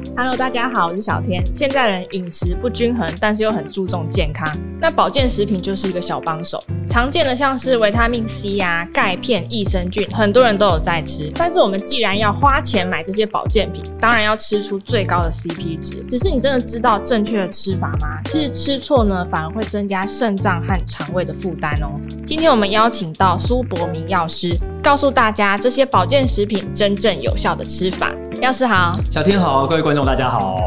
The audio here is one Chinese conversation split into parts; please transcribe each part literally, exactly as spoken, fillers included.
Hello， 大家好，我是小天。现在人饮食不均衡，但是又很注重健康，那保健食品就是一个小帮手。常见的像是维他命 C 啊、钙片、益生菌，很多人都有在吃。但是我们既然要花钱买这些保健品，当然要吃出最高的 C P 值。只是你真的知道正确的吃法吗？其实吃错呢，反而会增加肾脏和肠胃的负担哦。今天我们邀请到苏博明药师，告诉大家这些保健食品真正有效的吃法。药师好。 小天好，各位观众大家好。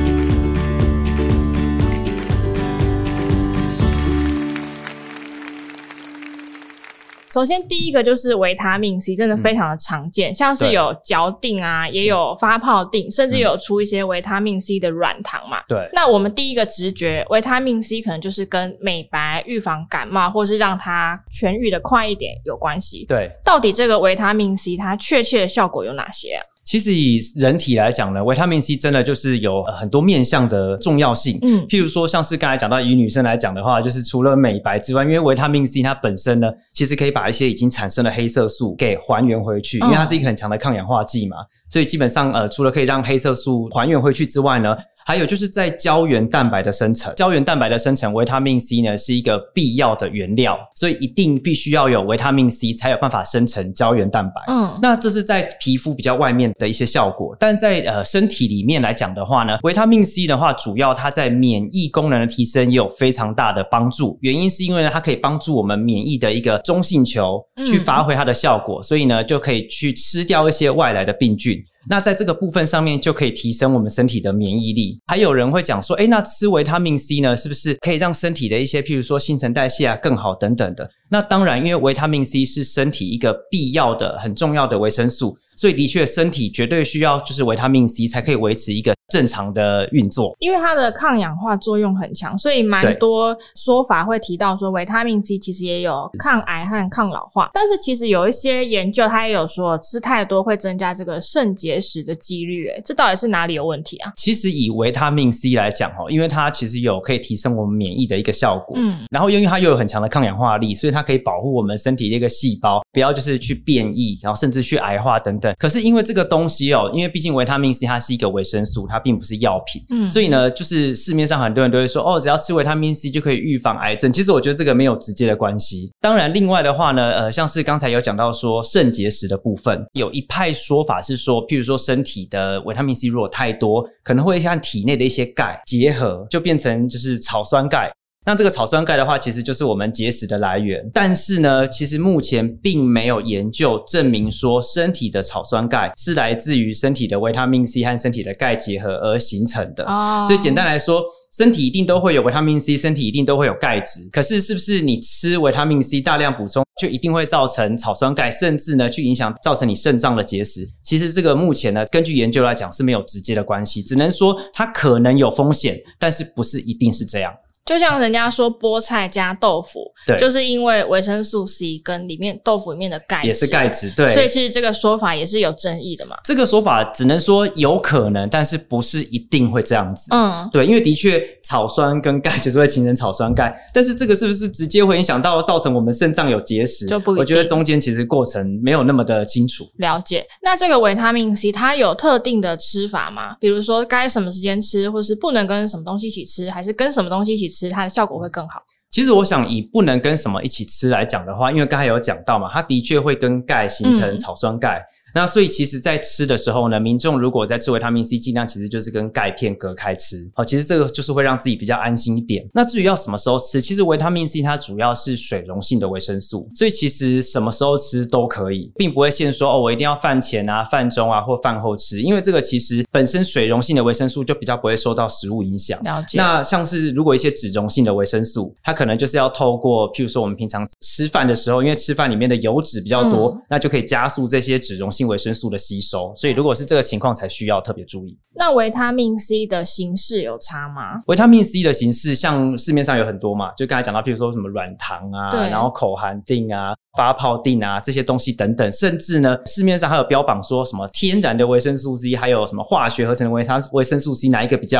首先第一个就是维他命 C， 真的非常的常见，嗯、像是有嚼锭啊，也有发泡锭，甚至有出一些维他命 C 的软糖嘛。对。那我们第一个直觉，维他命 C 可能就是跟美白、预防感冒，或是让它痊愈的快一点有关系。对。到底这个维他命 C 它确切的效果有哪些啊？ 其实以人体来讲呢，维他命 C 真的就是有很多面向的重要性。嗯，譬如说像是刚才讲到以女生来讲的话，就是除了美白之外，因为维他命 C 它本身呢，其实可以把一些已经产生的黑色素给还原回去，因为它是一个很强的抗氧化剂嘛，所以基本上呃，除了可以让黑色素还原回去之外呢，还有就是在胶原蛋白的生成，胶原蛋白的生成，维他命 C 呢是一个必要的原料，所以一定必须要有维他命 C 才有办法生成胶原蛋白。嗯，那这是在皮肤比较外面的一些效果，但在呃身体里面来讲的话呢，维他命 C 的话，主要它在免疫功能的提升也有非常大的帮助。原因是因为呢，它可以帮助我们免疫的一个中性球去发挥它的效果，嗯、所以呢就可以去吃掉一些外来的病菌。那在这个部分上面就可以提升我们身体的免疫力。还有人会讲说，诶，那吃维他命 C 呢，是不是可以让身体的一些譬如说新陈代谢啊更好等等的？那当然，因为维他命 C 是身体一个必要的很重要的维生素，所以的确身体绝对需要就是维他命 C 才可以维持一个正常的运作。 因为它的抗氧化作用很强，所以蛮多说法会提到说维他命 C 其实也有抗癌和抗老化。但是其实有一些研究它也有说吃太多会增加这个肾结石的几率，诶，这到底是哪里有问题啊？ 其实以维他命 C 来讲，因为它其实有可以提升我们免疫的一个效果，嗯，然后因为它又有很强的抗氧化力，所以它可以保护我们身体的一个细胞不要就是去变异，然后甚至去癌化等等。可是因为这个东西哦，因为毕竟维他命 C 它是一个维生素，它并不是药品，嗯，所以呢就是市面上很多人都会说哦，只要吃维他命 C 就可以预防癌症。其实我觉得这个没有直接的关系。当然另外的话呢，呃，像是刚才有讲到说肾结石的部分，有一派说法是说，譬如说身体的维他命 C 如果太多，可能会和体内的一些钙结合，就变成就是草酸钙。那这个草酸钙的话，其实就是我们结石的来源。但是呢，其实目前并没有研究证明说身体的草酸钙是来自于身体的维他命 C 和身体的钙结合而形成的。哦，所以简单来说，身体一定都会有维他命 C， 身体一定都会有钙质。可是是不是你吃维他命 C 大量补充，就一定会造成草酸钙，甚至呢去影响造成你肾脏的结石？其实这个目前呢，根据研究来讲是没有直接的关系，只能说它可能有风险，但是不是一定是这样。 就像人家说菠菜加豆腐，对，就是因为维生素 C 跟里面豆腐里面的钙质也是钙质，对， 所以其实这个说法也是有争议的嘛。 这个说法只能说有可能，但是不是一定会这样子。嗯，对，因为的确草酸跟钙就是会形成草酸钙，但是这个是不是直接会影响到造成我们肾脏有结石， 就不一定。 我觉得中间其实过程没有那么的清楚。 了解。那这个维他命 C 它有特定的吃法吗？比如说该什么时间吃，或是不能跟什么东西一起吃，还是跟什么东西一起吃它的效果会更好？ 其实我想以不能跟什么一起吃来讲的话，因为刚才有讲到嘛，它的确会跟钙形成草酸钙。嗯，那所以其实在吃的时候呢，民众如果在吃维他命 C， 尽量其实就是跟钙片隔开吃。好，其实这个就是会让自己比较安心一点。那至于要什么时候吃，其实维他命 C 它主要是水溶性的维生素，所以其实什么时候吃都可以，并不会限说哦，我一定要饭前啊、饭中啊或饭后吃，因为这个其实本身水溶性的维生素就比较不会受到食物影响。了解。那像是如果一些脂溶性的维生素，它可能就是要透过譬如说我们平常吃饭的时候，因为吃饭里面的油脂比较多，嗯、那就可以加速这些脂溶性维生素的吸收，所以如果是这个情况才需要特别注意。 那维他命 C 的形式有差吗？ 维他命 C 的形式像市面上有很多嘛，就刚才讲到譬如说什么软糖啊，然后口含锭啊、发泡锭啊这些东西等等，甚至呢市面上还有标榜说什么天然的维生素 C 还有什么化学合成的维生素 C 哪一个比较好。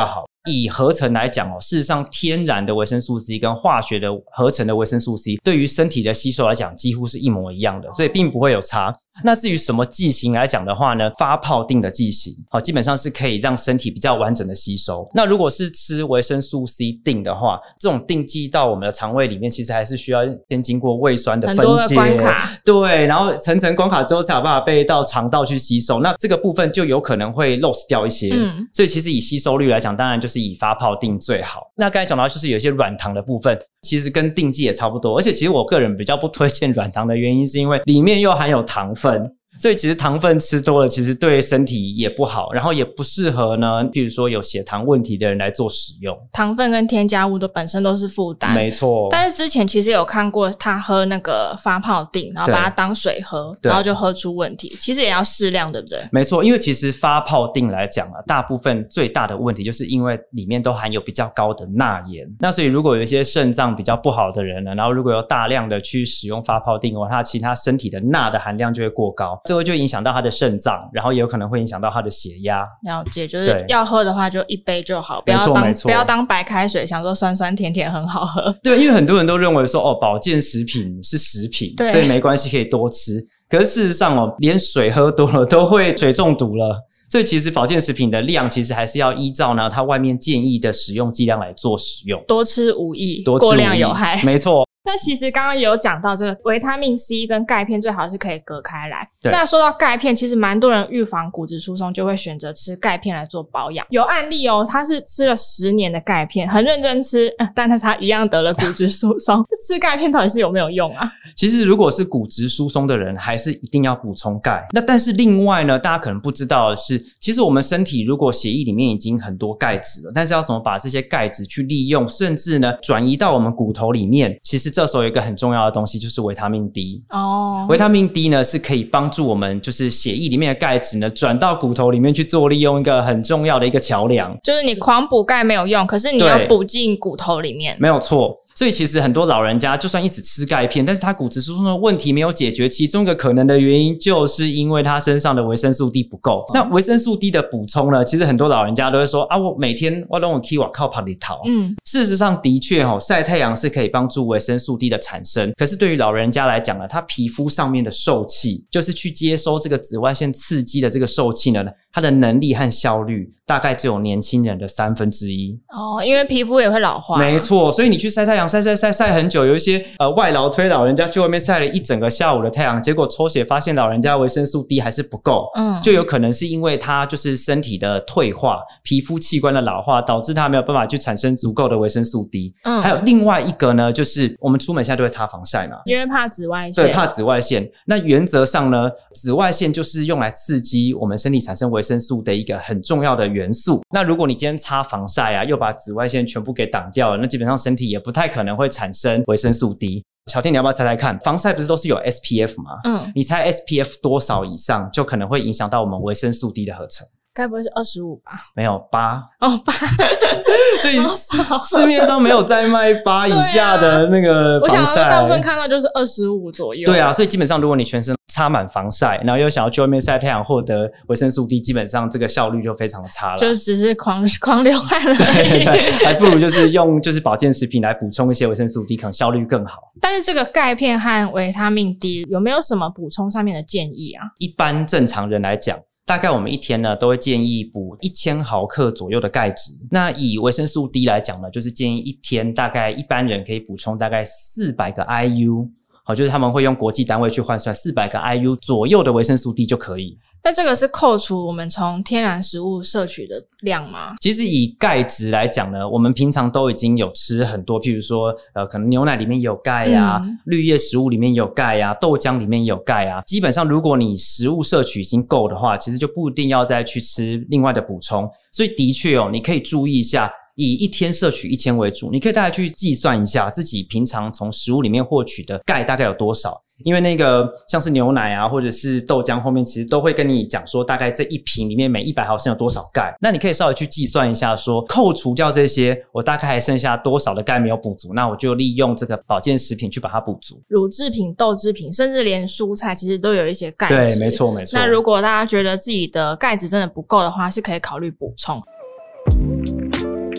以合成来讲哦，事实上天然的维生素 C 跟化学的合成的维生素 C 对于身体的吸收来讲几乎是一模一样的，所以并不会有差。那至于什么剂型来讲的话呢，发泡定的剂型好，基本上是可以让身体比较完整的吸收。那如果是吃维生素 C 定的话，这种定剂到我们的肠胃里面其实还是需要先经过胃酸的分解， 很多的关卡， 对，然后层层关卡之后才有办法被到肠道去吸收，那这个部分就有可能会 loss 掉一些、嗯、所以其实以吸收率来讲，当然就是以发泡定最好。那刚才讲到就是有一些软糖的部分其实跟定剂也差不多，而且其实我个人比较不推荐软糖的原因是因为里面又含有糖分，所以其实糖分吃多了其实对身体也不好，然后也不适合呢比如说有血糖问题的人来做使用。 糖分跟添加物的本身都是负担， 没错。 但是之前其实有看过他喝那个发泡定，然后把它当水喝，然后就喝出问题，其实也要适量，对不对？ 没错，因为其实发泡定来讲啊，大部分最大的问题就是因为里面都含有比较高的钠盐，那所以如果有一些肾脏比较不好的人呢，然后如果有大量的去使用发泡定的话，他其他身体的钠的含量就会过高，这会就影响到他的肾脏，然后也有可能会影响到他的血压。 了解，就是要喝的话就一杯就好，不要当不要当白开水，想说酸酸甜甜很好喝。 对，因为很多人都认为说哦，保健食品是食品，所以没关系可以多吃。可是事实上哦，连水喝多了都会水中毒了。所以其实保健食品的量其实还是要依照呢它外面建议的使用剂量来做使用。 多吃无益， 多吃无益， 过量有害。 没错。 那其实刚刚有讲到这个维他命 C 跟钙片最好是可以隔开来。那说到钙片，其实蛮多人预防骨质疏松就会选择吃钙片来做保养。有案例哦，他是吃了十年的钙片，很认真吃，但是他一样得了骨质疏松。吃钙片到底是有没有用啊？ 其实如果是骨质疏松的人，还是一定要补充钙。那但是另外呢，大家可能不知道的是，其实我们身体如果血液里面已经很多钙质了，但是要怎么把这些钙质去利用，甚至呢转移到我们骨头里面，其实这时候有一个很重要的东西就是维他命 D。 哦，维他命 D 呢是可以帮助我们就是血液里面的钙质呢转到骨头里面去做利用，一个很重要的一个桥梁。 就是你狂补钙没有用，可是你要补进骨头里面。 没有错。所以其实很多老人家就算一直吃钙片，但是他骨质疏松的问题没有解决，其中一个可能的原因就是因为他身上的维生素 D 不够。那维生素 D 的补充呢，其实很多老人家都会说啊，我每天我都有去外靠跑里逃。嗯，事实上的确齁，晒太阳是可以帮助维生素 D 的产生，可是对于老人家来讲呢，他皮肤上面的受气，就是去接收这个紫外线刺激的这个受气呢，它的能力和效率大概只有年轻人的三分之一。 哦，因为皮肤也会老化。 没错，所以你去晒太阳晒晒晒晒很久，有一些呃外劳推老人家去外面晒了一整个下午的太阳，结果抽血发现老人家维生素 D 还是不够。嗯，就有可能是因为他就是身体的退化，皮肤器官的老化，导致他没有办法去产生足够的维生素 D。嗯，还有另外一个呢，就是我们出门现在都会擦防晒嘛， 因为怕紫外线。 对，怕紫外线。那原则上呢，紫外线就是用来刺激我们身体产生维生素的一个很重要的元素。那如果你今天擦防晒啊，又把紫外线全部给挡掉了，那基本上身体也不太可能会产生维生素 D。 小天你要不要猜猜看，防晒不是都是有 S P F 吗？嗯，你猜 S P F 多少以上就可能会影响到我们维生素 D 的合成？ 该不会是二十五吧？ 没有，八。 哦，八。 所以市面上没有在卖八以下的那个防晒。 我想要大部分看到就是二十五左右。 对啊，所以基本上如果你全身擦满防晒，然后又想要去外面晒太阳获得维生素 D， 基本上这个效率就非常的差了， 就只是狂狂流汗了。 对对，还不如就是用就是保健食品来补充一些维生素 D， 可能效率更好。 但是这个钙片和维他命 D 有没有什么补充上面的建议啊？ 一般正常人来讲，大概我们一天呢都会建议补一千毫克左右的钙质。那以维生素 D 来讲呢，就是建议一天大概一般人可以补充大概四百个 I U。好，就是他们会用国际单位去换算，四百个 I U 左右的维生素 D 就可以。 那这个是扣除我们从天然食物摄取的量吗？ 其实以钙质来讲呢，我们平常都已经有吃很多，譬如说呃，可能牛奶里面有钙啊、嗯、绿叶食物里面有钙啊，豆浆里面有钙啊。基本上如果你食物摄取已经够的话，其实就不一定要再去吃另外的补充。所以的确哦，你可以注意一下，以一天摄取一千为主，你可以大概去计算一下自己平常从食物里面获取的钙大概有多少。因为那个像是牛奶啊或者是豆浆后面其实都会跟你讲说大概这一瓶里面每一百毫升有多少钙，那你可以稍微去计算一下说扣除掉这些我大概还剩下多少的钙没有补足，那我就利用这个保健食品去把它补足。 乳制品、豆制品甚至连蔬菜其实都有一些钙质。 对，没错没错。 那如果大家觉得自己的钙质真的不够的话，是可以考虑补充。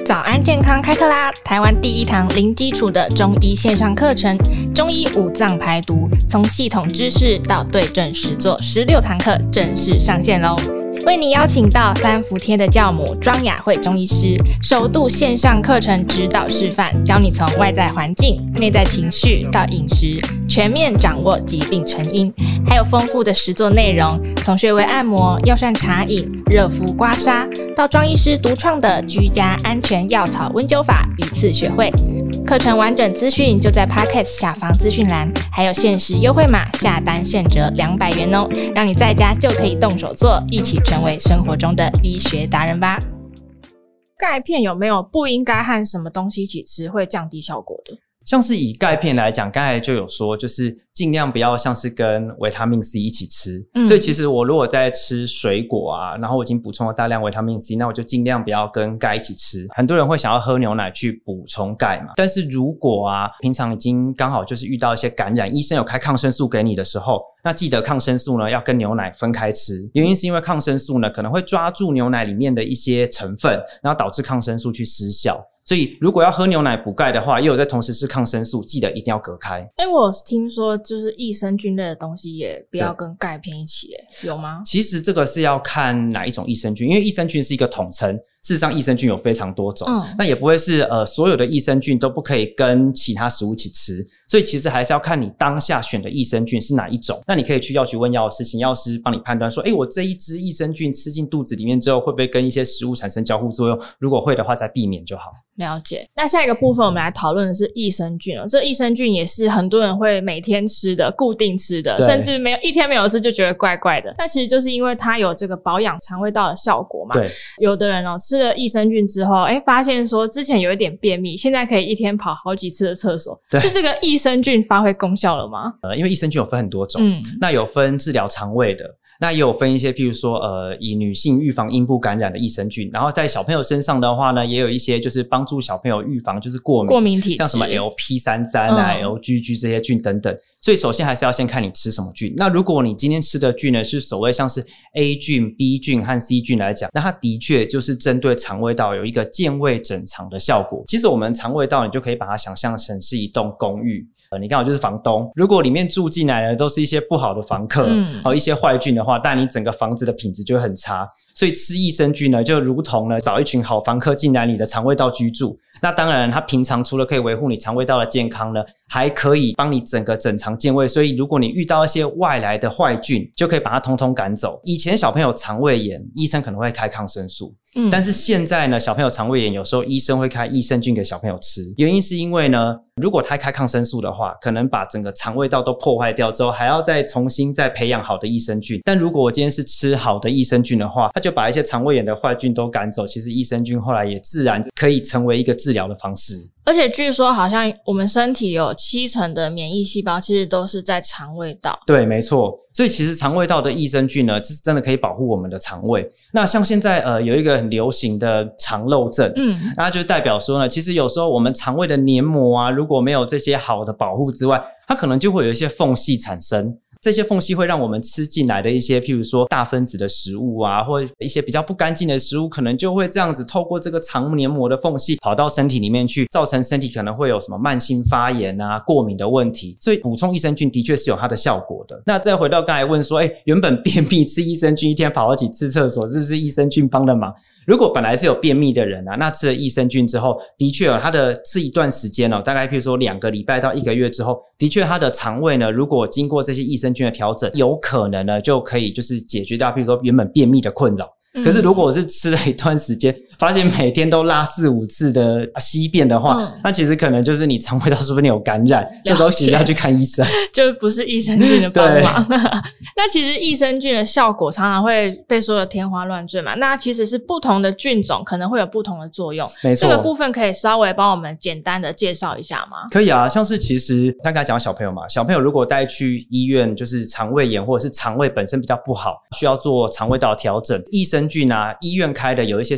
早安健康开课啦！台湾第一堂零基础的中医线上课程，中医五脏排毒，从系统知识到对症实作，十六堂课正式上线喽！为你邀请到三伏天的教母庄雅慧中医师，首度线上课程指导示范，教你从外在环境、内在情绪到饮食，全面掌握疾病成因，还有丰富的实作内容，从穴位按摩、药膳茶饮、热敷刮痧，到庄医师独创的居家安全药草温灸法，一次学会。课程完整资讯就在 Podcast 下方资讯栏，还有限时优惠码，下单现折两百元哦，让你在家就可以动手做，一起成为生活中的医学达人吧。钙片有没有不应该和什么东西一起吃会降低效果的？ 像是以钙片来讲，刚才就有说，就是尽量不要像是跟维他命 C 一起吃、嗯、所以其实我如果在吃水果啊，然后我已经补充了大量维他命 C， 那我就尽量不要跟钙一起吃。很多人会想要喝牛奶去补充钙嘛，但是如果啊平常已经刚好就是遇到一些感染，医生有开抗生素给你的时候，那记得抗生素呢要跟牛奶分开吃，原因是因为抗生素呢可能会抓住牛奶里面的一些成分，然后导致抗生素去失效。所以如果要喝牛奶补钙的话，又有在同时吃抗生素，记得一定要隔开。 诶，我听说就是益生菌类的东西也不要跟钙片一起，有吗？ 其实这个是要看哪一种益生菌，因为益生菌是一个统称，事实上益生菌有非常多种、嗯、那也不会是呃所有的益生菌都不可以跟其他食物一起吃，所以其实还是要看你当下选的益生菌是哪一种。那你可以去药局问药师，请药师帮你判断说，诶，我这一支益生菌吃进肚子里面之后会不会跟一些食物产生交互作用，如果会的话再避免就好。 了解。那下一个部分我们来讨论的是益生菌哦，这益生菌也是很多人会每天吃的，固定吃的，甚至没有一天没有吃就觉得怪怪的。那其实就是因为它有这个保养肠胃道的效果嘛。 对。 有的人哦吃了益生菌之后，诶发现说之前有一点便秘，现在可以一天跑好几次的厕所，是这个益生菌发挥功效了吗？ 呃，因为益生菌有分很多种，嗯，那有分治疗肠胃的，那也有分一些譬如说呃，以女性预防阴部感染的益生菌，然后在小朋友身上的话呢，也有一些就是帮助小朋友预防就是过敏过敏体质， 像什么 L P 三十三 啊、嗯、L G G 这些菌等等。所以首先还是要先看你吃什么菌。那如果你今天吃的菌呢是所谓像是 A 菌 B 菌和 C 菌来讲，那它的确就是针对肠胃道有一个健胃整肠的效果。其实我们肠胃道你就可以把它想象成是一栋公寓，呃，你刚好就是房东，如果里面住进来的都是一些不好的房客、嗯哦、一些坏菌的话，但你整个房子的品质就会很差。所以吃益生菌呢就如同呢找一群好房客进来你的肠胃道居住，那当然它平常除了可以维护你肠胃道的健康呢，还可以帮你整个整肠健胃。所以如果你遇到一些外来的坏菌，就可以把它通通赶走。以前小朋友肠胃炎医生可能会开抗生素、嗯、但是现在呢小朋友肠胃炎有时候医生会开益生菌给小朋友吃，原因是因为呢如果他开抗生素的话，可能把整个肠胃道都破坏掉之后，还要再重新再培养好的益生菌。但如果我今天是吃好的益生菌的话，他就把一些肠胃炎的坏菌都赶走，其实益生菌后来也自然可以成为一个治疗的方式。 而且据说好像我们身体有七成的免疫细胞其实都是在肠胃道。 对，没错。所以其实肠胃道的益生菌呢，是真的可以保护我们的肠胃。那像现在呃有一个很流行的肠漏症，嗯，那就代表说呢，其实有时候我们肠胃的黏膜啊，如果没有这些好的保护之外，它可能就会有一些缝隙产生。这些缝隙会让我们吃进来的一些譬如说大分子的食物啊，或一些比较不干净的食物，可能就会这样子透过这个肠黏膜的缝隙跑到身体里面去，造成身体可能会有什么慢性发炎啊、过敏的问题。所以补充益生菌的确是有它的效果的。那再回到刚才问说，诶，原本便秘吃益生菌一天跑好几次厕所，是不是益生菌帮了忙？如果本来是有便秘的人啊，那吃了益生菌之后，的确哦，他的吃一段时间哦，大概譬如说两个礼拜到一个月之后，的确他的肠胃呢，如果经过这些益生菌的调整，有可能呢就可以就是解决掉譬如说原本便秘的困扰。可是如果我是吃了一段时间，发现每天都拉四五次的稀便的话、嗯、那其实可能就是你肠胃道说不定有感染，这时候其实要去看医生， 就不是益生菌的帮忙那其实益生菌的效果常常会被说的天花乱坠嘛，那其实是不同的菌种可能会有不同的作用。没错，这个部分可以稍微帮我们简单的介绍一下吗？ 可以啊，像是其实刚才讲小朋友嘛，小朋友如果带去医院就是肠胃炎或者是肠胃本身比较不好，需要做肠胃道调整，益生菌啊医院开的有一些是处方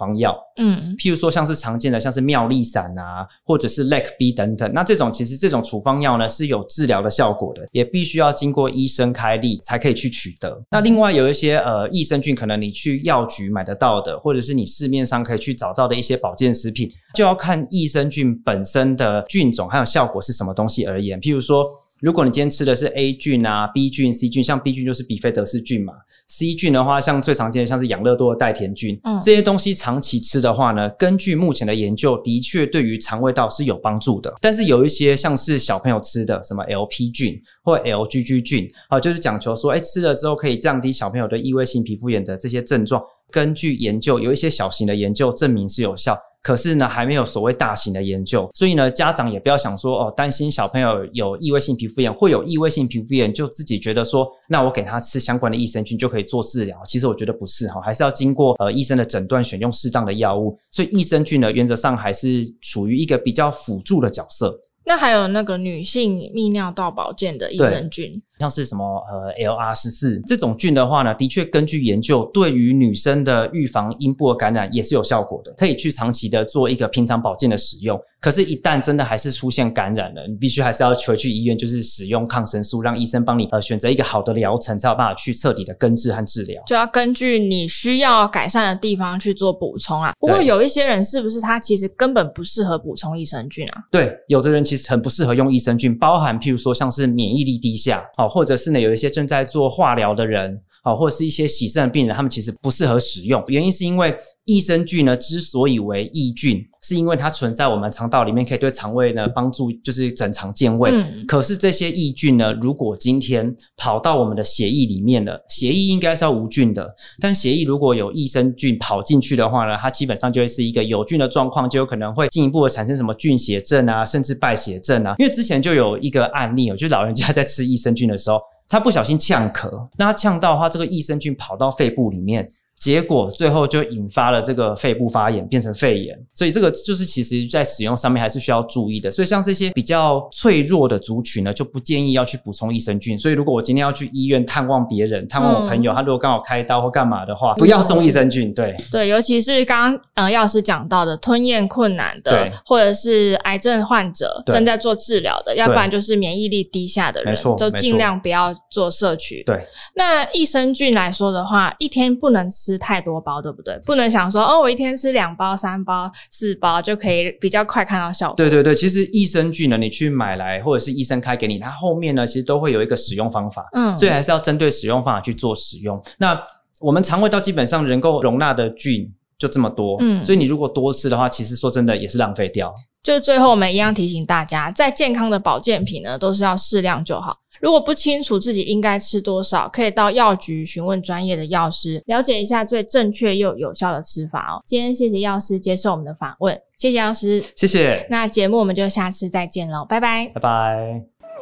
方药，嗯，譬如说像是常见的像是妙丽散啊，或者是 Lec B 等等，那这种其实这种处方药呢是有治疗的效果的，也必须要经过医生开立才可以去取得。那另外有一些呃益生菌可能你去药局买得到的，或者是你市面上可以去找到的一些保健食品，就要看益生菌本身的菌种还有效果是什么东西而言。譬如说如果你今天吃的是 A 菌啊 B 菌 C 菌，像 B 菌就是比菲德氏菌嘛， C 菌的话像最常见的像是养乐多的代田菌、嗯、这些东西长期吃的话呢，根据目前的研究的确对于肠胃道是有帮助的。但是有一些像是小朋友吃的什么 L P 菌或 L G G 菌、啊、就是讲求说诶吃了之后可以降低小朋友的异位性皮肤炎的这些症状，根据研究有一些小型的研究证明是有效，可是呢还没有所谓大型的研究，所以呢家长也不要想说哦，担心小朋友有异位性皮肤炎，会有异位性皮肤炎就自己觉得说那我给他吃相关的益生菌就可以做治疗，其实我觉得不是，还是要经过呃医生的诊断选用适当的药物，所以益生菌呢原则上还是属于一个比较辅助的角色。 那还有那个女性泌尿道保健的益生菌， 像是什么呃 L R 十四 这种菌的话呢，的确根据研究对于女生的预防阴部的感染也是有效果的，可以去长期的做一个平常保健的使用。可是一旦真的还是出现感染了，你必须还是要回去医院，就是使用抗生素，让医生帮你呃选择一个好的疗程，才有办法去彻底的根治和治疗， 就要根据你需要改善的地方去做补充啊。不过有一些人是不是他其实根本不适合补充益生菌啊？ 对，有的人其实很不适合用益生菌，包含譬如说像是免疫力低下、哦、或者是呢有一些正在做化疗的人、哦、或者是一些洗肾的病人，他们其实不适合使用，原因是因为益生菌呢之所以为益菌，是因为它存在我们肠道里面，可以对肠胃呢帮助就是整肠健胃、嗯、可是这些益菌呢如果今天跑到我们的血液里面了，血液应该是要无菌的，但血液如果有益生菌跑进去的话呢，它基本上就会是一个有菌的状况，就有可能会进一步的产生什么菌血症啊，甚至败血症啊。因为之前就有一个案例，就是老人家在吃益生菌的时候，他不小心呛咳，那他呛到的话，这个益生菌跑到肺部里面，结果最后就引发了这个肺部发炎，变成肺炎。所以这个就是其实在使用上面还是需要注意的。所以像这些比较脆弱的族群呢，就不建议要去补充益生菌。所以如果我今天要去医院探望别人，探望我朋友、嗯、他如果刚好开刀或干嘛的话，不要送益生菌。对对，尤其是刚刚呃药师讲到的吞咽困难的，或者是癌症患者正在做治疗的，要不然就是免疫力低下的人，就尽量不要做摄取。 对， 那益生菌来说的话，一天不能吃太多包，对不对？不能想说哦，我一天吃两包、三包、四包就可以比较快看到效果。 对对对，其实益生菌呢，你去买来或者是医生开给你，它后面呢其实都会有一个使用方法，嗯，所以还是要针对使用方法去做使用。那我们肠胃道基本上能够容纳的菌就这么多，嗯，所以你如果多吃的话，其实说真的也是浪费掉。 就最后我们一样提醒大家，在健康的保健品呢，都是要适量就好。如果不清楚自己应该吃多少，可以到药局询问专业的药师，了解一下最正确又有效的吃法哦。今天谢谢药师接受我们的访问，谢谢药师。 谢谢。 那节目我们就下次再见咯，拜拜。 拜拜。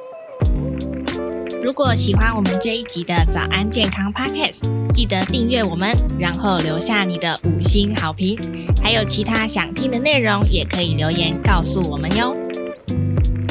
如果喜欢我们这一集的早安健康 Podcast， 记得订阅我们，然后留下你的五星好评。还有其他想听的内容，也可以留言告诉我们哟。